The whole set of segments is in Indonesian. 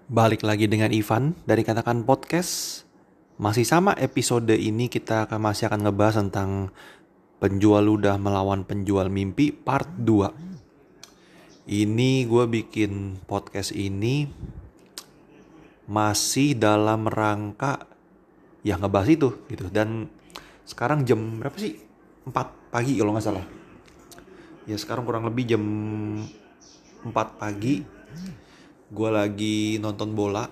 Balik lagi dengan Ivan dari Katakan Podcast. Masih sama episode ini kita masih akan ngebahas tentang penjual ludah melawan penjual mimpi part 2. Ini gue bikin podcast ini masih dalam rangka ya ngebahas itu gitu. Dan sekarang jam berapa sih? 4 pagi kalau gak salah. Ya sekarang kurang lebih jam 4 pagi. Gue lagi nonton bola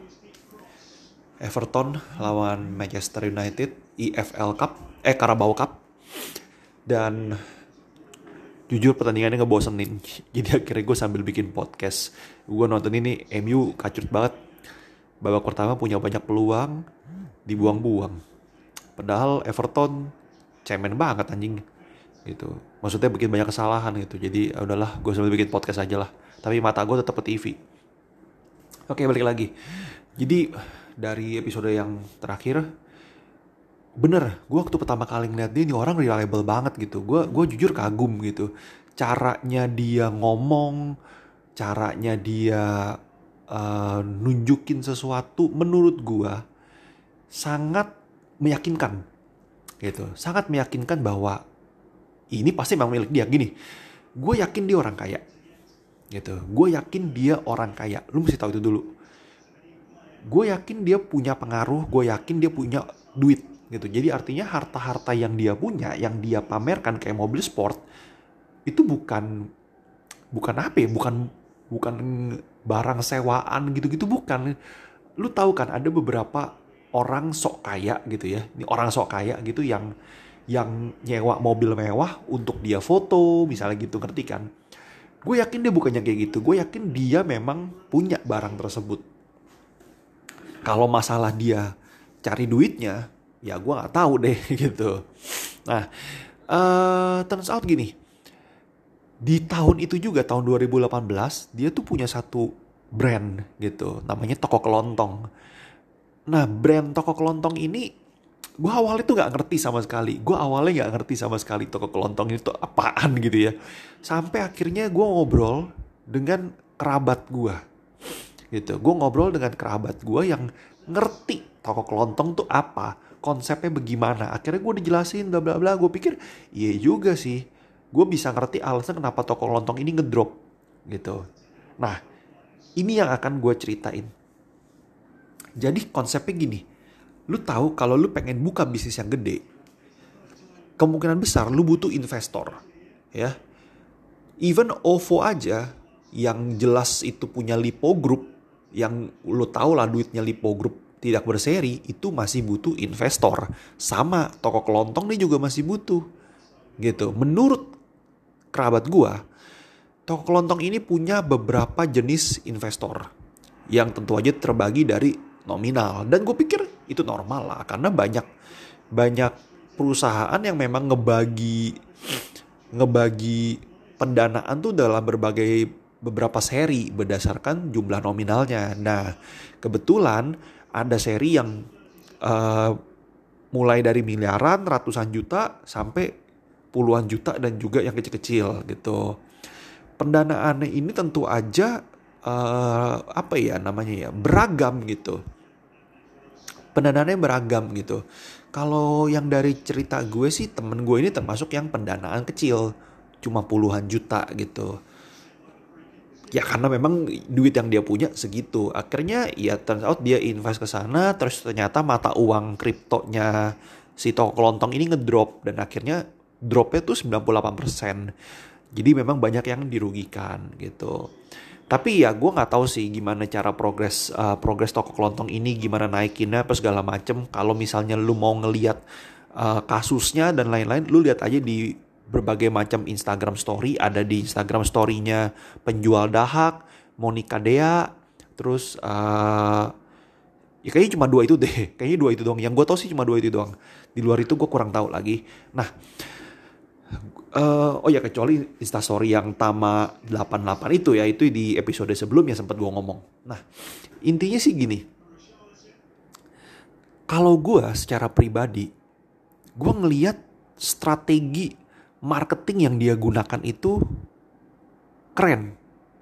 Everton lawan Manchester United EFL Cup, Carabao Cup. Dan jujur pertandingannya ngebosenin. Jadi akhirnya gue sambil bikin podcast. Gue nonton ini MU kacut banget. Babak pertama punya banyak peluang, dibuang-buang. Padahal Everton cemen banget anjing gitu. Maksudnya bikin banyak kesalahan gitu. Jadi udahlah gue sambil bikin podcast aja lah. Tapi mata gue tetap ke TV. Oke, balik lagi. Jadi dari episode yang terakhir, bener, gue waktu pertama kali ngeliat dia, ini orang reliable banget gitu. Gue jujur kagum gitu. Caranya dia ngomong, caranya dia nunjukin sesuatu, menurut gue sangat meyakinkan gitu. Sangat meyakinkan bahwa ini pasti memang milik dia. Gini, gue yakin dia orang kaya gitu. Gue yakin dia orang kaya. Lu mesti tahu itu dulu. Gue yakin dia punya pengaruh. Gue yakin dia punya duit gitu. Jadi artinya harta-harta yang dia punya, yang dia pamerkan kayak mobil sport, itu bukan apa ya? Bukan barang sewaan gitu-gitu, bukan. Lu tahu kan ada beberapa orang sok kaya gitu ya. Ini orang sok kaya gitu yang nyewa mobil mewah untuk dia foto, misalnya gitu, ngerti kan? Gue yakin dia bukannya kayak gitu. Gue yakin dia memang punya barang tersebut. Kalau masalah dia cari duitnya, ya gue nggak tahu deh gitu. Nah, turns out gini. Di tahun itu juga, tahun 2018, dia tuh punya satu brand gitu. Namanya Toko Kelontong. Nah, brand Toko Kelontong ini, gue awalnya tuh nggak ngerti sama sekali. Gue awalnya nggak ngerti sama sekali Toko Kelontong itu apaan gitu ya. Sampai akhirnya gue ngobrol dengan kerabat gue gitu. Gue ngobrol dengan kerabat gue yang ngerti Toko Kelontong tuh apa, konsepnya bagaimana. Akhirnya gue dijelasin bla bla bla. Gue pikir iya juga sih. Gue bisa ngerti alasan kenapa Toko Kelontong ini ngedrop gitu. Nah, ini yang akan gue ceritain. Jadi konsepnya gini. Lu tahu kalau lu pengen buka bisnis yang gede, kemungkinan besar lu butuh investor, ya. Even OVO aja yang jelas itu punya Lipo Group, yang lu tahu lah duitnya Lipo Group tidak berseri, itu masih butuh investor. Sama Toko Kelontong nih juga masih butuh. Gitu. Menurut kerabat gua, Toko Kelontong ini punya beberapa jenis investor yang tentu aja terbagi dari nominal, dan gue pikir itu normal lah karena banyak perusahaan yang memang ngebagi pendanaan tuh dalam beberapa seri berdasarkan jumlah nominalnya. Nah, kebetulan ada seri yang uh, mulai dari miliaran, ratusan juta sampai puluhan juta, dan juga yang kecil-kecil gitu. Pendanaannya ini tentu aja beragam gitu. Pendanaannya beragam gitu. Kalau yang dari cerita gue sih, temen gue ini termasuk yang pendanaan kecil, cuma puluhan juta gitu. Ya karena memang duit yang dia punya segitu. Akhirnya ya turns out dia invest ke sana, terus ternyata mata uang kriptonya si Toko Kelontong ini ngedrop, dan akhirnya dropnya tuh 98%. Jadi memang banyak yang dirugikan gitu. Tapi ya gue nggak tahu sih gimana cara progres Toko Kelontong ini, gimana naikinnya apa segala macem. Kalau misalnya lu mau ngelihat kasusnya dan lain-lain, lu lihat aja di berbagai macam Instagram story. Ada di Instagram story-nya penjual dahak, Monica Dea, terus ya kayaknya cuma 2 itu deh. Kayaknya 2 itu doang. Yang gue tahu sih cuma 2 itu doang. Di luar itu gue kurang tahu lagi. Nah, oh ya, kecuali Instastory yang Tama 88 itu ya, itu di episode sebelumnya sempat gue ngomong. Nah, intinya sih gini. Kalau gue secara pribadi, gue ngelihat strategi marketing yang dia gunakan itu keren.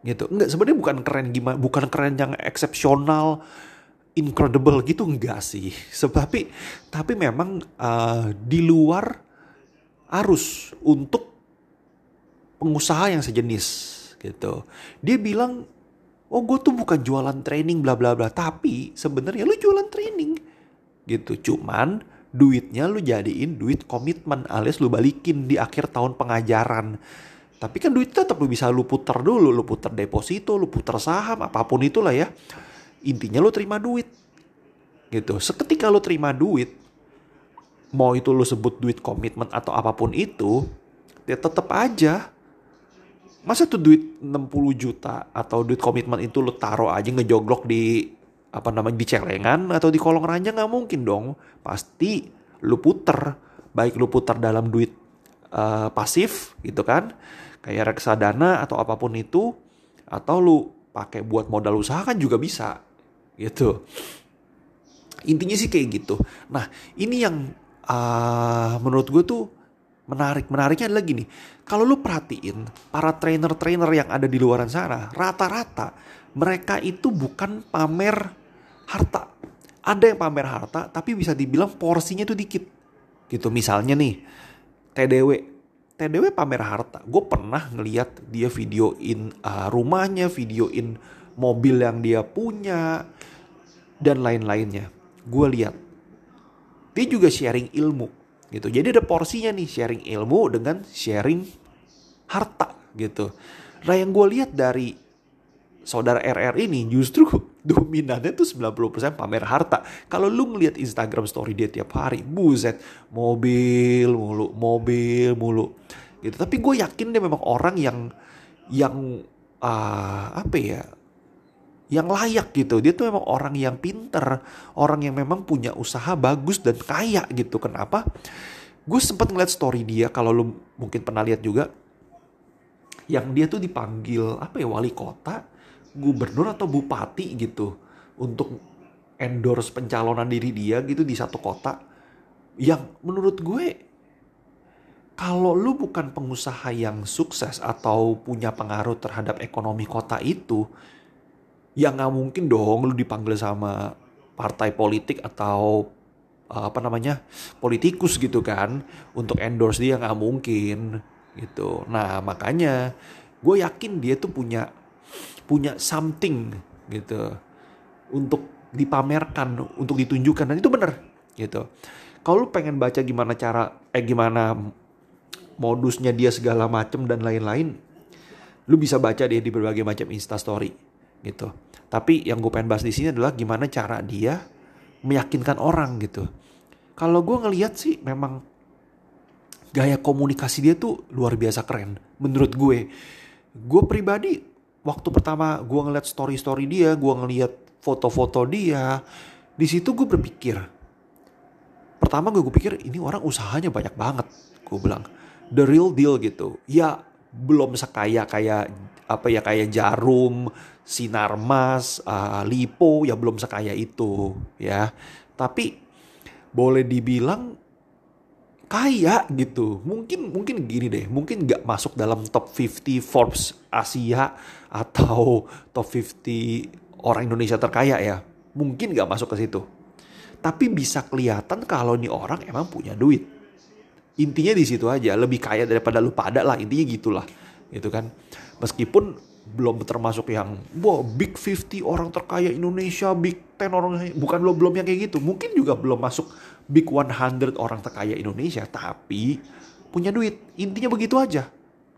gitu. Enggak, sebenarnya bukan keren gimana, bukan keren yang eksepsional, incredible gitu, enggak sih. Tapi memang di luar arus untuk pengusaha yang sejenis gitu. Dia bilang, oh gue tuh bukan jualan training bla bla bla, tapi sebenarnya lu jualan training gitu. Cuman duitnya lu jadiin duit komitmen, alias lu balikin di akhir tahun pengajaran. Tapi kan duit tetap lu bisa lu putar dulu, lu putar deposito, lu putar saham, apapun itulah ya. Intinya lu terima duit gitu. Seketika lu terima duit, mau itu lu sebut duit komitmen atau apapun itu, ya tetap aja. Masa tuh duit 60 juta atau duit komitmen itu lu taruh aja ngejogrok di di celengan atau di kolong ranjang, nggak mungkin dong. Pasti lu puter, baik lu putar dalam duit pasif gitu kan, kayak reksadana atau apapun itu, atau lu pakai buat modal usaha kan juga bisa gitu. Intinya sih kayak gitu. Nah, ini yang menurut gue tuh menariknya adalah gini. Kalau lu perhatiin para trainer-trainer yang ada di luaran sana, rata-rata mereka itu bukan pamer harta. Ada yang pamer harta, tapi bisa dibilang porsinya tuh dikit. Gitu, misalnya nih, TDW. TDW pamer harta. Gue pernah ngeliat dia videoin rumahnya, videoin mobil yang dia punya, dan lain-lainnya. Gue lihat. Dia juga sharing ilmu. Gitu. Jadi ada porsinya nih, sharing ilmu dengan sharing harta gitu. Nah, yang gue lihat dari saudara RR ini justru dominannya tuh 90% pamer harta. Kalau lu ngeliat Instagram story dia tiap hari, buset, mobil mulu gitu. Tapi gue yakin dia memang orang yang apa ya, yang layak gitu. Dia tuh memang orang yang pinter, orang yang memang punya usaha bagus dan kaya gitu. Kenapa? Gue sempat ngeliat story dia, kalau lu mungkin pernah lihat juga, yang dia tuh dipanggil wali kota, gubernur atau bupati gitu untuk endorse pencalonan diri dia gitu di satu kota. Yang menurut gue, kalau lu bukan pengusaha yang sukses atau punya pengaruh terhadap ekonomi kota itu, ya nggak mungkin dong lu dipanggil sama partai politik atau politikus gitu kan untuk endorse dia, nggak mungkin gitu. Nah, makanya gue yakin dia tuh punya something gitu untuk dipamerkan, untuk ditunjukkan, dan itu bener gitu. Kalau lu pengen baca gimana modusnya dia segala macem dan lain-lain, lu bisa baca dia di berbagai macam instastory gitu. Tapi yang gue pengen bahas di sini adalah gimana cara dia meyakinkan orang gitu. Kalau gue ngelihat sih memang gaya komunikasi dia tuh luar biasa keren. Menurut gue pribadi waktu pertama gue ngeliat story dia, gue ngeliat foto-foto dia, di situ gue berpikir, pertama gue pikir ini orang usahanya banyak banget. Gue bilang the real deal gitu. Ya belum sekaya kayak Jarum, Sinarmas, Lipo, ya belum sekaya itu ya. Tapi boleh dibilang kaya gitu. Mungkin gini deh, mungkin gak masuk dalam top 50 Forbes Asia atau top 50 orang Indonesia terkaya ya. Mungkin gak masuk ke situ. Tapi bisa kelihatan kalau nih orang emang punya duit. Intinya di situ aja, lebih kaya daripada lu pada lah, intinya gitulah. Gitu kan. Meskipun belum termasuk yang big 50 orang terkaya Indonesia, big 10 orang, bukan belum yang kayak gitu. Mungkin juga belum masuk big 100 orang terkaya Indonesia, tapi punya duit. Intinya begitu aja.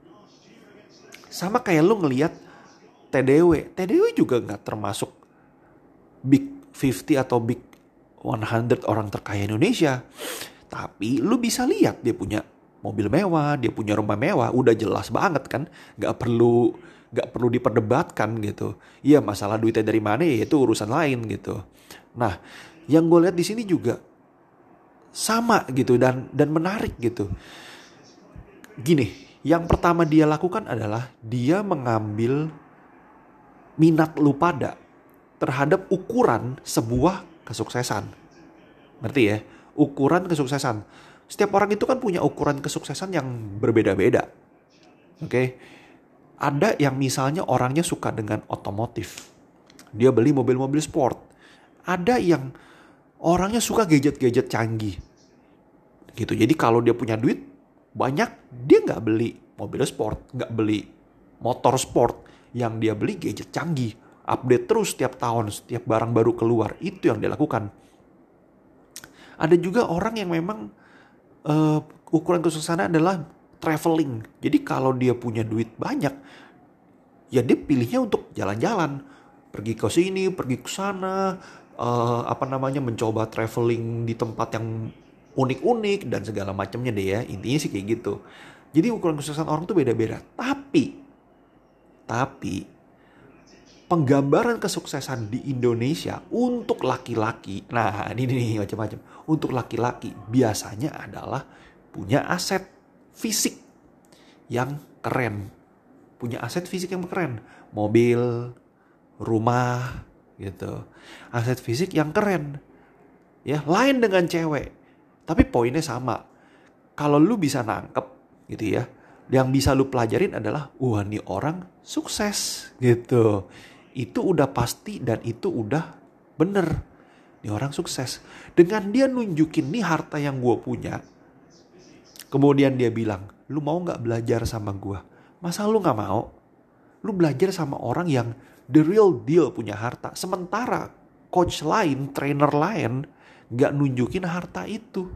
Sama kayak lu ngelihat TDW juga nggak termasuk big 50 atau big 100 orang terkaya Indonesia. Tapi lu bisa lihat dia punya mobil mewah, dia punya rumah mewah, udah jelas banget kan, nggak perlu diperdebatkan gitu. Iya, masalah duitnya dari mana ya itu urusan lain gitu. Nah, yang gue lihat di sini juga sama gitu dan menarik gitu. Gini, yang pertama dia lakukan adalah dia mengambil minat lu pada terhadap ukuran sebuah kesuksesan. Ngerti ya? Ukuran kesuksesan. Setiap orang itu kan punya ukuran kesuksesan yang berbeda-beda. Oke? Ada yang misalnya orangnya suka dengan otomotif. Dia beli mobil-mobil sport. Ada yang orangnya suka gadget-gadget canggih. Gitu. Jadi kalau dia punya duit banyak, dia nggak beli mobil sport, nggak beli motor sport. Yang dia beli gadget canggih. Update terus setiap tahun, setiap barang baru keluar. Itu yang dia lakukan. Ada juga orang yang memang ukuran kesuksesannya adalah traveling. Jadi kalau dia punya duit banyak, ya dia pilihnya untuk jalan-jalan, pergi ke sini, pergi ke sana, mencoba traveling di tempat yang unik-unik dan segala macamnya deh ya. Intinya sih kayak gitu. Jadi ukuran kesuksesan orang tuh beda-beda. Tapi penggambaran kesuksesan di Indonesia untuk laki-laki, nah ini nih macam-macam. Untuk laki-laki biasanya adalah punya aset fisik yang keren. Punya aset fisik yang keren. Mobil, rumah, gitu. Aset fisik yang keren. Ya, lain dengan cewek. Tapi poinnya sama. Kalau lu bisa nangkep gitu ya, yang bisa lu pelajarin adalah, wah nih orang sukses gitu. Itu udah pasti dan itu udah bener. Nih orang sukses. Dengan dia nunjukin nih harta yang gue punya. Kemudian dia bilang, lu mau gak belajar sama gue? Masa lu gak mau? Lu belajar sama orang yang the real deal punya harta. Sementara coach lain, trainer lain gak nunjukin harta itu.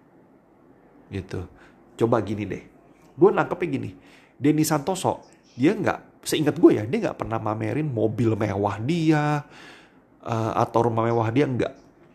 Gitu. Coba gini deh. Gue nangkepnya gini. Denny Santoso, dia gak, seingat gue ya, dia gak pernah mamerin mobil mewah dia. Atau rumah mewah dia, enggak.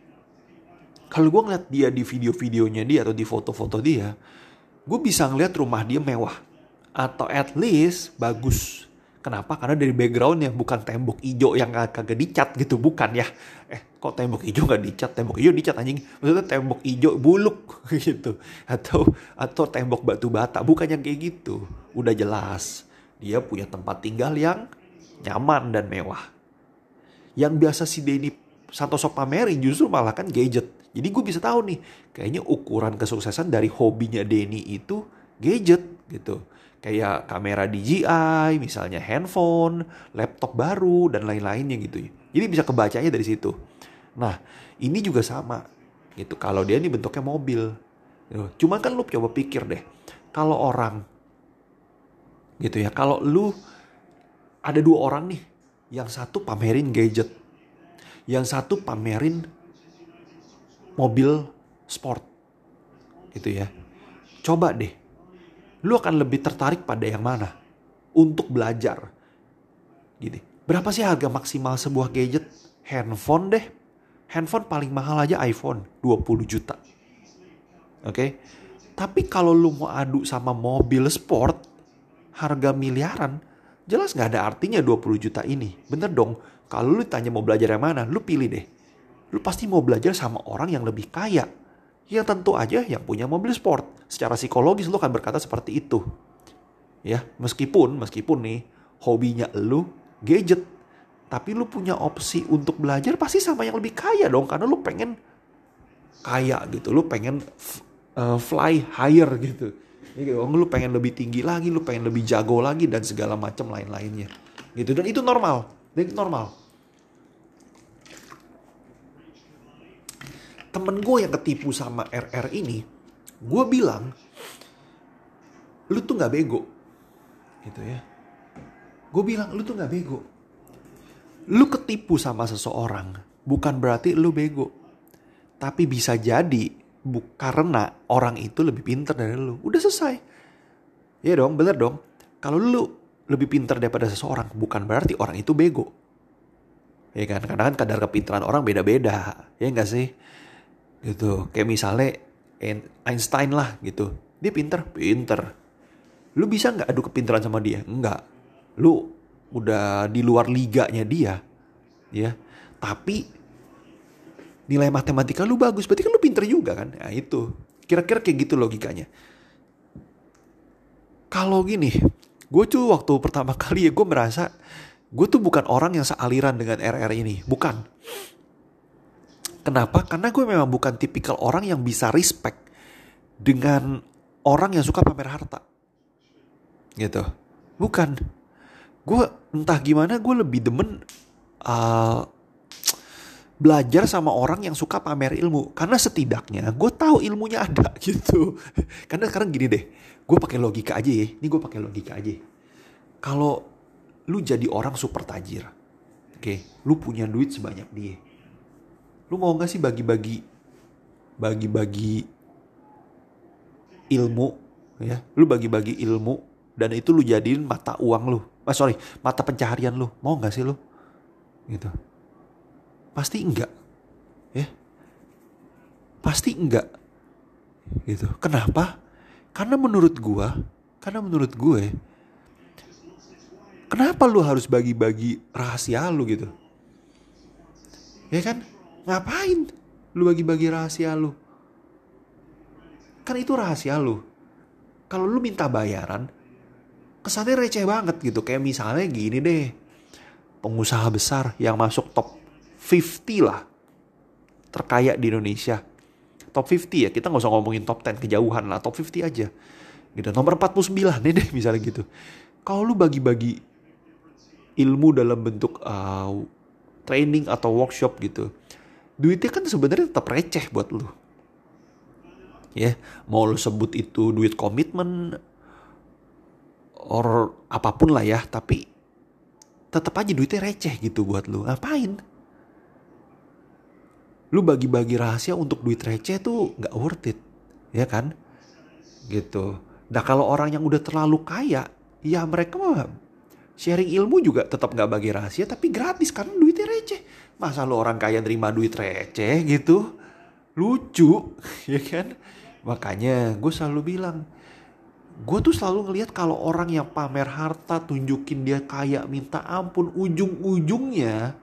Kalau gue ngeliat dia di video-videonya dia atau di foto-foto dia, gue bisa ngeliat rumah dia mewah. Atau at least bagus. Kenapa? Karena dari backgroundnya bukan tembok hijau yang kagak dicat gitu. Bukan ya. Kok tembok hijau gak dicat? Tembok hijau dicat anjing. Maksudnya tembok hijau buluk gitu. Atau tembok batu bata. Bukan yang kayak gitu. Udah jelas. Dia punya tempat tinggal yang nyaman dan mewah. Yang biasa si Denny Santoso pamerin justru malah kan gadget. Jadi gue bisa tahu nih, kayaknya ukuran kesuksesan dari hobinya Denny itu gadget gitu. Kayak kamera DJI, misalnya handphone, laptop baru, dan lain-lainnya gitu. Jadi bisa kebacanya dari situ. Nah, ini juga sama gitu. Kalau dia ini bentuknya mobil. Gitu. Cuman kan lu coba pikir deh. Kalau orang gitu ya, kalau lu ada dua orang nih. Yang satu pamerin gadget. Yang satu pamerin mobil sport. Gitu ya. Coba deh. Lu akan lebih tertarik pada yang mana? Untuk belajar. Gitu. Berapa sih harga maksimal sebuah gadget? Handphone deh. Handphone paling mahal aja iPhone. 20 juta. Oke. Tapi kalau lu mau adu sama mobil sport. Harga miliaran. Jelas gak ada artinya 20 juta ini. Bener dong. Kalau lu ditanya mau belajar yang mana. Lu pilih deh. Lu pasti mau belajar sama orang yang lebih kaya. Ya tentu aja yang punya mobil sport. Secara psikologis lu akan berkata seperti itu. Ya, meskipun nih hobinya lu gadget, tapi lu punya opsi untuk belajar pasti sama yang lebih kaya dong, karena lu pengen kaya gitu. Lu pengen fly higher gitu. Lu pengen lebih tinggi lagi, lu pengen lebih jago lagi dan segala macam lain-lainnya. Gitu, dan itu normal. Temen gue yang ketipu sama RR ini, gue bilang, lu tuh gak bego. Gitu ya. Gue bilang, lu tuh gak bego. Lu ketipu sama seseorang, bukan berarti lu bego. Tapi bisa jadi, karena orang itu lebih pintar dari lu. Udah selesai. Ya dong, bener dong. Kalau lu lebih pintar daripada seseorang, bukan berarti orang itu bego. Ya kan, karena kan kadar kepintaran orang beda-beda. Ya gak sih? Gitu. Kayak misalnya Einstein lah gitu. Dia pinter. Lu bisa gak adu kepintaran sama dia? Enggak. Lu udah di luar liganya dia. Ya. Tapi nilai matematika lu bagus. Berarti kan lu pinter juga kan? Nah itu. Kira-kira kayak gitu logikanya. Kalau gini. Gue tuh waktu pertama kali ya gue merasa. Gue tuh bukan orang yang sealiran dengan RR ini. Bukan. Kenapa? Karena gue memang bukan tipikal orang yang bisa respect dengan orang yang suka pamer harta. Gitu. Bukan. Gue entah gimana gue lebih demen uh, belajar sama orang yang suka pamer ilmu, karena setidaknya gue tahu ilmunya ada gitu. Karena sekarang gini deh, gue pakai logika aja ya. Ini gue pakai logika aja. Kalau lu jadi orang super tajir, oke, lu punya duit sebanyak dia, lu mau nggak sih bagi-bagi ilmu, ya? Lu bagi-bagi ilmu dan itu lu jadiin mata uang lu. Mata pencaharian lu. Mau nggak sih lu? Gitu. Pasti enggak, ya. Pasti enggak. Gitu. Kenapa? Karena menurut gue, kenapa lu harus bagi-bagi rahasia lu gitu? Ya kan? Ngapain lu bagi-bagi rahasia lu? Kan itu rahasia lu. Kalau lu minta bayaran, kesannya receh banget gitu. Kayak misalnya gini deh, pengusaha besar yang masuk top 50 lah, terkaya di Indonesia. Top 50 ya, kita gak usah ngomongin top 10, kejauhan lah, top 50 aja. Gitu, nomor 49 nih deh misalnya gitu. Kalau lu bagi-bagi ilmu dalam bentuk training atau workshop gitu, duitnya kan sebenarnya tetap receh buat lu. Ya, mau lu sebut itu duit komitmen or apapun lah ya, tapi tetap aja duitnya receh gitu buat lu. Ngapain? Lu bagi-bagi rahasia untuk duit receh tuh gak worth it, ya kan? Gitu. Nah kalau orang yang udah terlalu kaya, ya mereka mah sharing ilmu juga tetap gak bagi rahasia, tapi gratis karena duitnya receh. Masa lu orang kaya nerima duit receh gitu? Lucu, ya kan? Makanya gue selalu bilang, gue tuh selalu ngelihat kalau orang yang pamer harta, tunjukin dia kaya minta ampun, ujung-ujungnya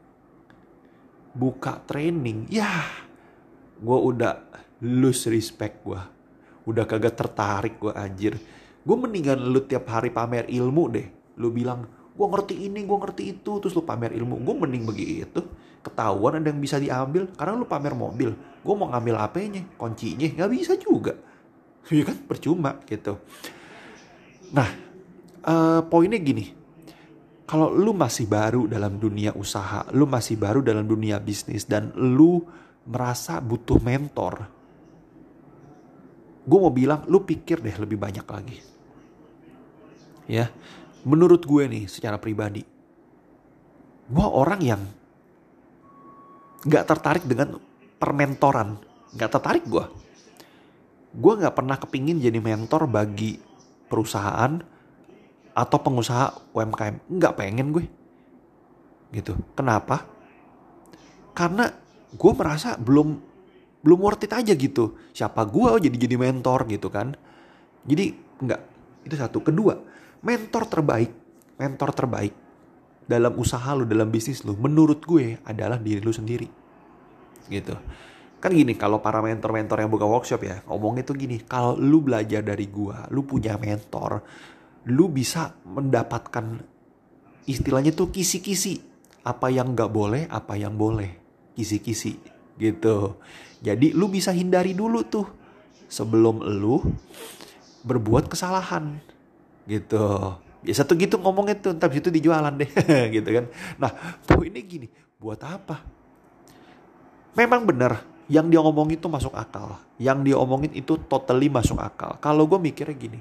buka training, ya gue udah lose respect gue. Udah kagak tertarik gue anjir. Gue mendingan lu tiap hari pamer ilmu deh. Lu bilang, gue ngerti ini, gue ngerti itu, terus lu pamer ilmu. Gue mending begitu. Ketahuan ada yang bisa diambil, karena lu pamer mobil. Gue mau ngambil HP-nya, kuncinya, gak bisa juga. Ya kan, percuma gitu. Nah, poinnya gini. Kalau lu masih baru dalam dunia usaha, lu masih baru dalam dunia bisnis, dan lu merasa butuh mentor, gue mau bilang, lu pikir deh lebih banyak lagi. Ya, menurut gue nih secara pribadi, gue orang yang gak tertarik dengan permentoran. Gak tertarik gue. Gue gak pernah kepingin jadi mentor bagi perusahaan atau pengusaha UMKM. Gak pengen gue. Gitu. Kenapa? Karena gue merasa belum worth it aja gitu. Siapa gue jadi mentor gitu kan. Jadi enggak. Itu satu. Kedua, mentor terbaik dalam usaha lu, dalam bisnis lu, menurut gue adalah diri lu sendiri. Gitu. Kan gini, kalau para mentor-mentor yang buka workshop ya, ngomongnya tuh gini, kalau lu belajar dari gue, lu punya mentor, lu bisa mendapatkan istilahnya tuh kisi-kisi. Apa yang gak boleh, apa yang boleh. Kisi-kisi gitu. Jadi lu bisa hindari dulu tuh sebelum lu berbuat kesalahan gitu. Biasa tuh gitu ngomongnya tuh, entar itu dijualan deh gitu kan. Nah poinnya gini, buat apa? Memang benar yang dia omongin itu masuk akal. Yang dia omongin itu totally masuk akal. Kalau gue mikirnya gini,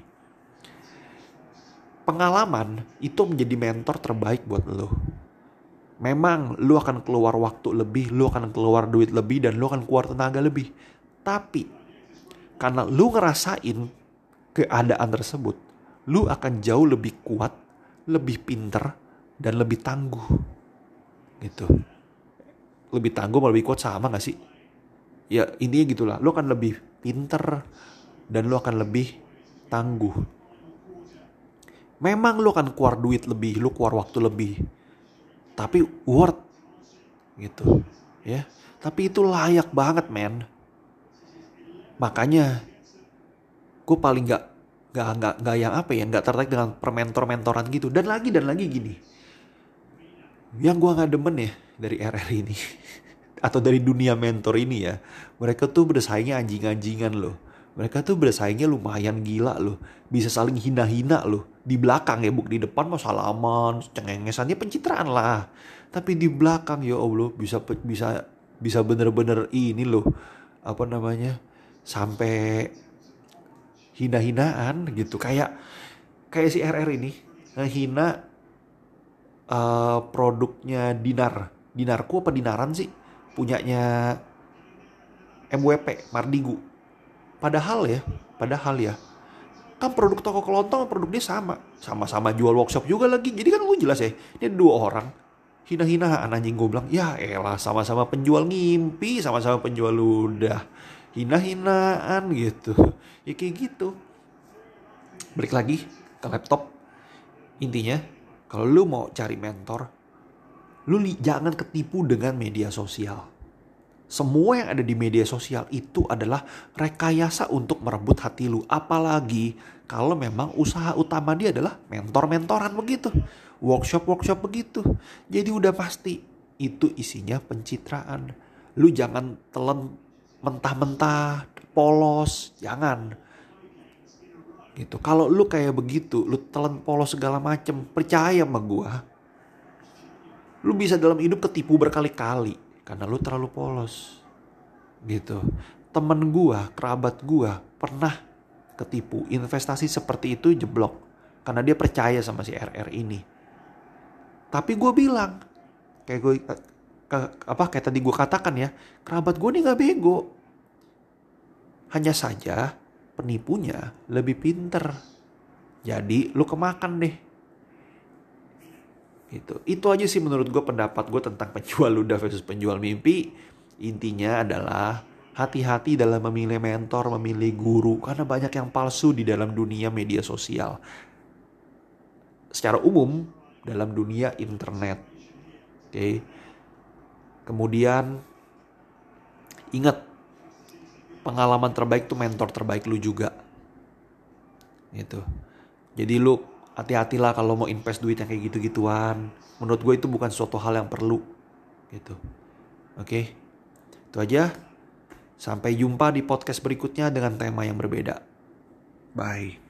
pengalaman itu menjadi mentor terbaik buat lo. Memang lu akan keluar waktu lebih, lu akan keluar duit lebih, dan lu akan keluar tenaga lebih. Tapi karena lu ngerasain keadaan tersebut, lu akan jauh lebih kuat, lebih pinter, dan lebih tangguh. Gitu. Lebih tangguh sama lebih kuat sama gak sih? Ya intinya gitulah. Lu akan lebih pinter dan lu akan lebih tangguh. Memang lu akan keluar duit lebih, lu keluar waktu lebih. Tapi worth gitu. Ya. Tapi itu layak banget, men. Makanya gue paling gak yang apa ya, gak tertarik dengan permentor-mentoran gitu. Dan lagi gini, yang gue gak demen ya dari RR ini atau dari dunia mentor ini ya, mereka tuh bersaingnya anjing-anjingan loh. Mereka tuh bersaingnya lumayan gila loh. Bisa saling hina-hina loh. Di belakang ya, di depan mau salaman, cengengesannya pencitraan lah. Tapi di belakang ya Allah bisa bener-bener ini loh. Apa namanya? Sampai hina-hinaan gitu. Kayak si RR ini ngehina produknya Dinarku apa Dinaran sih? Punyanya MWP, Mardigu. Padahal ya, kan produk toko kelontong produk dia sama-sama jual workshop juga lagi. Jadi kan gue jelas ya, ini dua orang hina-hinaan anjing. Gue bilang ya elah, sama-sama penjual ngimpi, sama-sama penjual ludah, hina-hinaan gitu ya, kayak gitu. Balik lagi ke laptop, intinya kalau lu mau cari mentor, jangan ketipu dengan media sosial. Semua yang ada di media sosial itu adalah rekayasa untuk merebut hati lu. Apalagi kalau memang usaha utama dia adalah mentor-mentoran begitu. Workshop-workshop begitu. Jadi udah pasti itu isinya pencitraan. Lu jangan telan mentah-mentah, polos. Jangan. Gitu. Kalau lu kayak begitu, lu telan polos segala macem, percaya sama gua, lu bisa dalam hidup ketipu berkali-kali karena lu terlalu polos gitu. Temen gua, kerabat gua pernah ketipu investasi seperti itu, jeblok karena dia percaya sama si RR ini. Tapi gua bilang kayak tadi gua katakan ya, kerabat gua nih gak bego, hanya saja penipunya lebih pinter. Jadi lu kemakan deh. Itu aja sih menurut gue pendapat gue tentang penjual ludah versus penjual mimpi. Intinya adalah hati-hati dalam memilih mentor, memilih guru, karena banyak yang palsu di dalam dunia media sosial. Secara umum dalam dunia internet. Oke. Kemudian ingat, pengalaman terbaik tuh mentor terbaik lu juga. Gitu. Jadi lu hati-hatilah kalau mau invest duit yang kayak gitu-gituan. Menurut gue itu bukan suatu hal yang perlu gitu. Oke, itu aja. Sampai jumpa di podcast berikutnya dengan tema yang berbeda. Bye.